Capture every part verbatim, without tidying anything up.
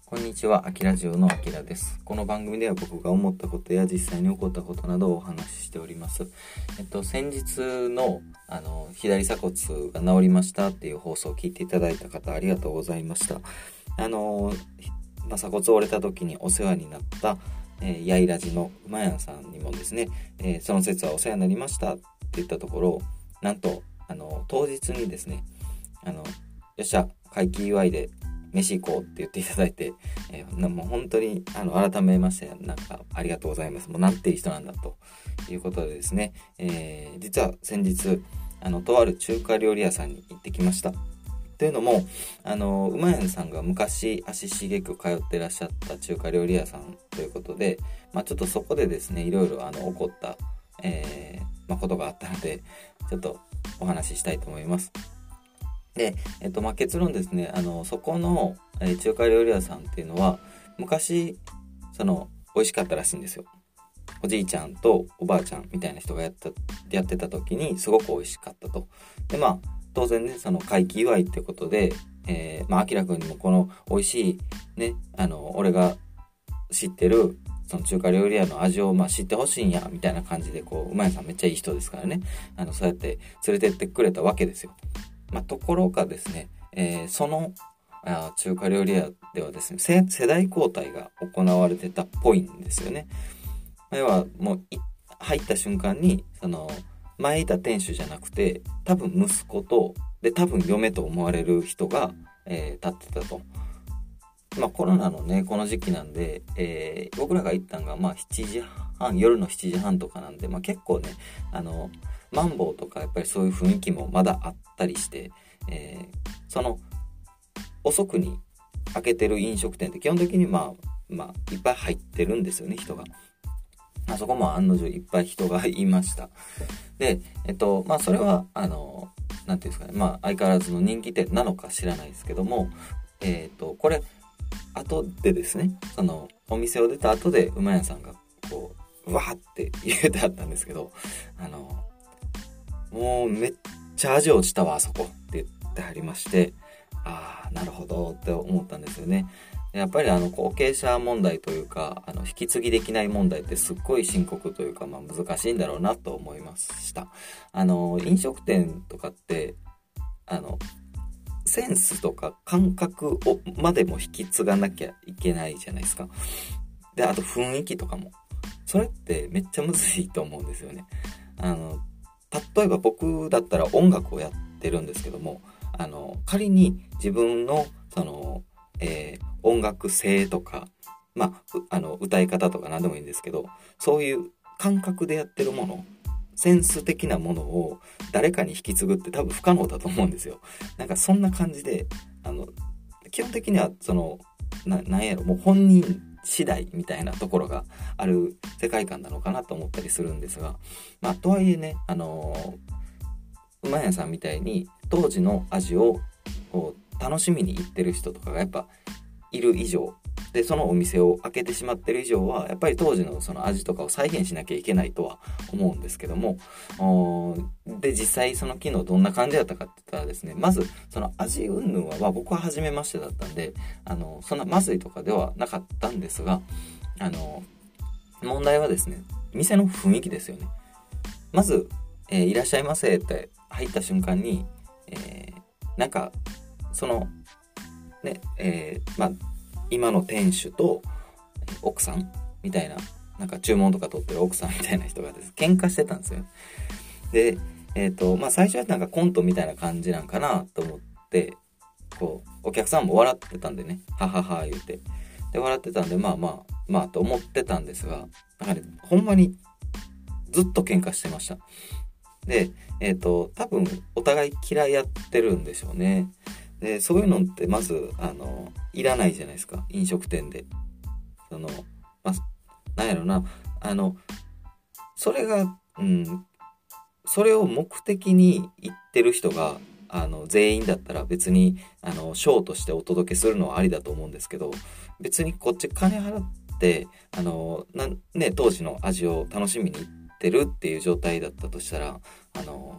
こんにちは、あきラジオのあきらです。この番組では僕が思ったことや実際に起こったことなどをお話ししております。えっと、先日の、あの、左鎖骨が治りましたっていう放送を聞いていただいた方ありがとうございました。あの、まあ、鎖骨折れた時にお世話になった、えー、やいらじのうまやんさんにもですね、えー、その説はお世話になりましたって言ったところ、なんと、あの、当日にですね、あの、よっしゃ、会期祝いで飯行こうって言っていただいて、えー、もう本当にあの改めましてなんかありがとうございます。もうなんていう人なんだということでですね、えー、実は先日あのとある中華料理屋さんに行ってきました。というのもあのうまやんさんが昔足しげく通ってらっしゃった中華料理屋さんということで、まあ、ちょっとそこでですねいろいろあの起こった、えーまあ、ことがあったのでちょっとお話ししたいと思います。で、えっと、まあ、結論ですね、あの、そこの、えー、中華料理屋さんっていうのは、昔、その、美味しかったらしいんですよ。おじいちゃんとおばあちゃんみたいな人がやった、やってた時に、すごく美味しかったと。で、まあ、当然ね、その、会期祝いってことで、えー、まあ、あきらくんにもこの、美味しい、ね、あの、俺が知ってる、その中華料理屋の味を、まあ、知ってほしいんや、みたいな感じで、こう、うまやさんめっちゃいい人ですからね。あの、そうやって連れてってくれたわけですよ。まあ、ところがですね、えー、そのあ中華料理屋ではですね世、世代交代が行われてたっぽいんですよね。要はもう入った瞬間にその前いた店主じゃなくて多分息子とで多分嫁と思われる人が、えー、立ってたと。まあコロナのねこの時期なんで、えー、僕らが行ったんがまあしちじはん夜のしちじはんとかなんで、まあ、結構ねあのマンボウとかやっぱりそういう雰囲気もまだあったりして、えー、その遅くに開けてる飲食店って基本的にまあまあいっぱい入ってるんですよね人が。あそこも案の定いっぱい人がいました。でえっとまあそれはあのなんていうんですかねまあ相変わらずの人気店なのか知らないですけどもえっとこれ後でですねそのお店を出た後でうまやさんがこううわーって言うてあったんですけどあのもうめっちゃ味落ちたわあそこって言ってありまして、ああなるほどって思ったんですよね。やっぱりあの後継者問題というかあの引き継ぎできない問題ってすっごい深刻というか、まあ、難しいんだろうなと思いました。あの飲食店とかってあのセンスとか感覚をまでも引き継がなきゃいけないじゃないですか。であと雰囲気とかもそれってめっちゃむずいと思うんですよね。あの例えば僕だったら音楽をやってるんですけどもあの仮に自分のその、えー、音楽性とか、まあ、あの歌い方とか何でもいいんですけどそういう感覚でやってるものセンス的なものを誰かに引き継ぐって多分不可能だと思うんですよ。なんかそんな感じであの基本的にはそのななんやろもう本人次第みたいなところがある世界観なのかなと思ったりするんですが、まあとはいえねあのうまやさんみたいに当時の味を楽しみに行ってる人とかがやっぱいる以上でそのお店を開けてしまってる以上はやっぱり当時のその味とかを再現しなきゃいけないとは思うんですけども、で実際その機能どんな感じだったかって言ったらですねまずその味云々は、まあ、僕は初めましてだったんであのそんなまずいとかではなかったんですがあの問題はですね店の雰囲気ですよね。まず、えー、いらっしゃいませって入った瞬間に、えー、なんかそのねえー、まあ今の店主と奥さんみたいななんか注文とか取ってる奥さんみたいな人がです喧嘩してたんですよ。でえっとまあ最初はなんかコントみたいな感じなんかなと思ってこうお客さんも笑ってたんでねははは言うてで笑ってたんでまあまあまあと思ってたんですがなんかねほんまにずっと喧嘩してました。でえっと多分お互い嫌いやってるんでしょうね。でそういうのってまずあのいらないじゃないですか飲食店で。そのまあなんやろなあのそれがうんそれを目的に言ってる人があの全員だったら別にあのショーとしてお届けするのはありだと思うんですけど別にこっち金払ってあのな、ね、当時の味を楽しみに行ってるっていう状態だったとしたらあの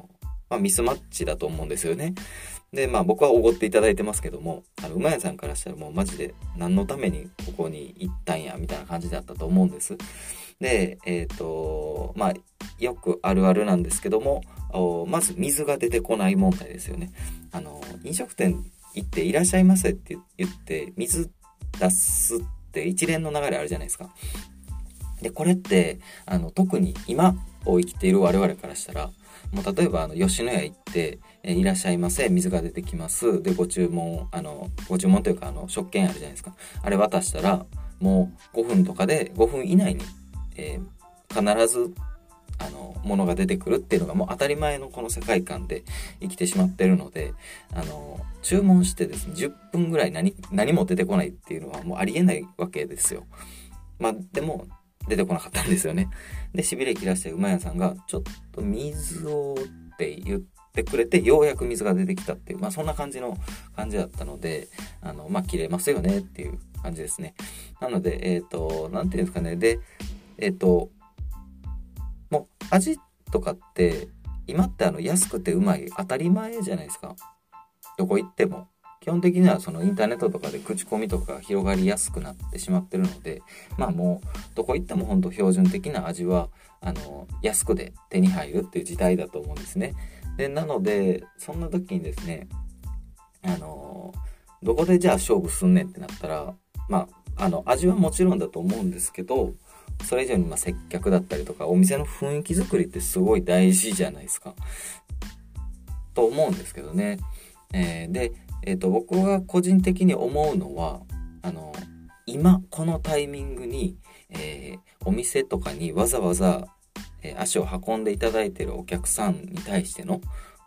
まあ、ミスマッチだと思うんですよね。で、まあ僕はおごっていただいてますけども、あの、馬屋さんからしたらもうマジで何のためにここに行ったんや、みたいな感じだったと思うんです。で、えっと、まあ、よくあるあるなんですけども、まず水が出てこない問題ですよね。あの、飲食店行っていらっしゃいませって言って、水出すって一連の流れあるじゃないですか。で、これって、あの、特に今を生きている我々からしたら、もう例えばあの吉野家行って、えー、いらっしゃいませ、水が出てきます。で、ご注文、あの、ご注文というか、あの、食券あるじゃないですか。あれ渡したら、もうごふんとかで、ごふん以内に、えー、必ず、あの、ものが出てくるっていうのがもう当たり前のこの世界観で生きてしまってるので、あの、注文してですね、じゅっぷんぐらい何、何も出てこないっていうのはもうありえないわけですよ。まあ、でも、出てこなかったんですよね。で、しびれ切らして馬屋さんが、ちょっと水をって言ってくれて、ようやく水が出てきたっていう、まあそんな感じの感じだったので、あの、まあ切れますよねっていう感じですね。なので、えっと、なんていうんですかね。で、えっと、もう味とかって、今ってあの安くてうまい当たり前じゃないですか。どこ行っても。基本的にはそのインターネットとかで口コミとかが広がりやすくなってしまってるので、まあもうどこ行っても本当標準的な味はあの安くで手に入るっていう時代だと思うんですね。で、なのでそんな時にですね、あのどこでじゃあ勝負すんねんってなったら、まああの味はもちろんだと思うんですけど、それ以上にまあ接客だったりとかお店の雰囲気作りってすごい大事じゃないですか。と思うんですけどね。えー、でえーと、僕が個人的に思うのは、あの、今このタイミングに、えー、お店とかにわざわざ、えー、足を運んでいただいているお客さんに対しての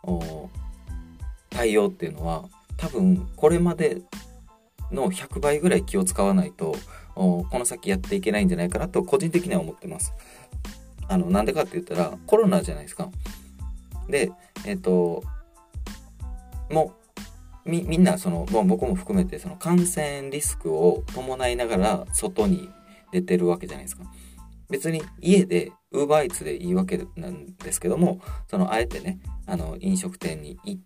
対応っていうのは、多分これまでのひゃくばいぐらい気を使わないと、この先やっていけないんじゃないかなと個人的には思ってます。あの、なんでかって言ったらコロナじゃないですか。で、えっ、ー、と、もう、み, みんなその、まあ、僕も含めてその感染リスクを伴いながら外に出てるわけじゃないですか。別に家でウーバーイーツでいいわけなんですけども、そのあえてね、あの飲食店に行って、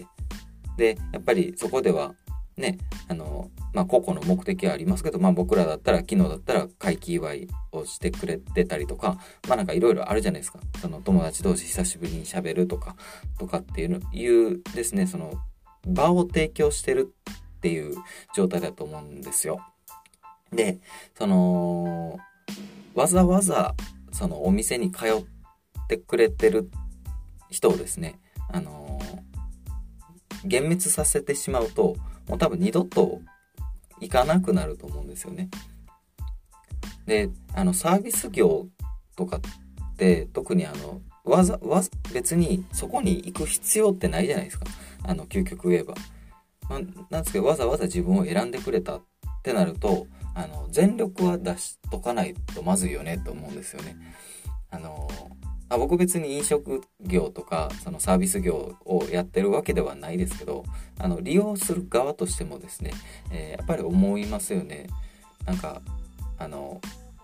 でやっぱりそこではね、あのまあ個々の目的はありますけど、まあ僕らだったら昨日だったら会期祝いをしてくれてたりとか、まあなんかいろいろあるじゃないですか。その友達同士久しぶりに喋るとかとかっていうのいうですね、その場を提供してるっていう状態だと思うんですよ。で、そのわざわざそのお店に通ってくれてる人をですね、あのー、幻滅させてしまうと、もう多分二度と行かなくなると思うんですよね。で、あのサービス業とかって特にあのわざわざ別にそこに行く必要ってないじゃないですか。あの究極言えば、まあ、なんですけどわざわざ自分を選んでくれたってなると、あの全力は出しとかないとまずいよねと思うんですよね。あのあ僕別に飲食業とかそのサービス業をやってるわけではないですけど、あの利用する側としてもですね、えー、やっぱり思いますよね。なんかあの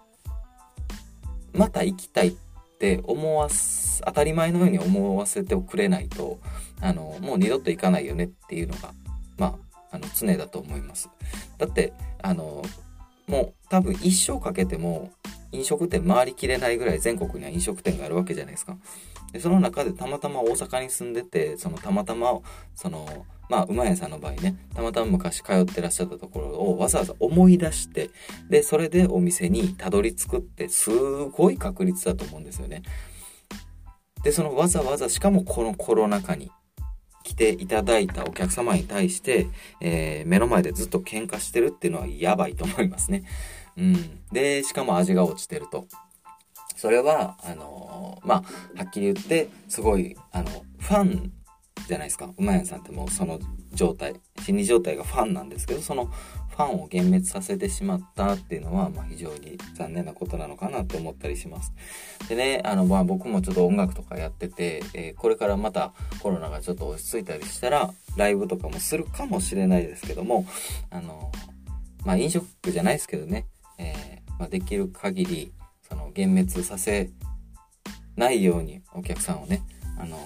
また行きたいって思わす当たり前のように思わせてくれないと、あのもう二度と行かないよねっていうのがまああの常だと思います。だってあのもう多分一生かけても飲食店回りきれないぐらい全国には飲食店があるわけじゃないですか。でその中でたまたま大阪に住んでて、そのたまたまそのまあ馬屋さんの場合ね、たまたま昔通ってらっしゃったところをわざわざ思い出して、でそれでお店にたどり着くってすごい確率だと思うんですよね。でそのわざわざしかもこのコロナ禍に来ていただいたお客様に対して、えー、目の前でずっと喧嘩してるっていうのはやばいと思いますね。うん、でしかも味が落ちてると、それはあのー、まあはっきり言ってすごいあのファンじゃないですか。馬屋さんってもうその状態、心理状態がファンなんですけど、そのファンを幻滅させてしまったっていうのは、まあ、非常に残念なことなのかなって思ったりします。でね、あの、まあ、僕もちょっと音楽とかやってて、えー、これからまたコロナがちょっと落ち着いたりしたらライブとかもするかもしれないですけども、あのまあ飲食じゃないですけどね、えーまあ、できる限りその幻滅させないようにお客さんをね、あの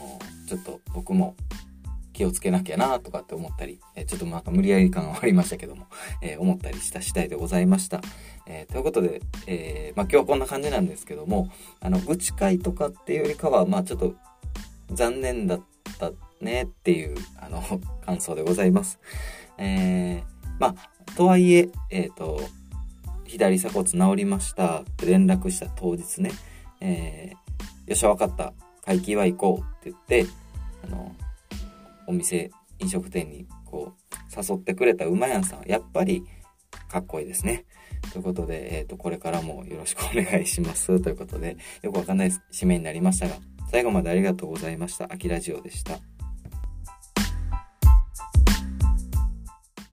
ちょっと僕も気をつけなきゃなとかって思ったり、えー、ちょっとなんか無理やり感がありましたけども、えー、思ったりした次第でございました。えー、ということで、えー、まあ今日はこんな感じなんですけども、あの愚痴会とかっていうよりかは、まあちょっと残念だったねっていうあの感想でございます。えー、まあとはいえ、えっと左鎖骨治りましたって連絡した当日ね、えー、よっしゃわかった、会期は行こうって言って、あのお店飲食店にこう誘ってくれた馬やんさんはやっぱりかっこいいですね。ということで、えっとこれからもよろしくお願いしますということで、よくわかんない締めになりましたが、最後までありがとうございました。あきラジオでした。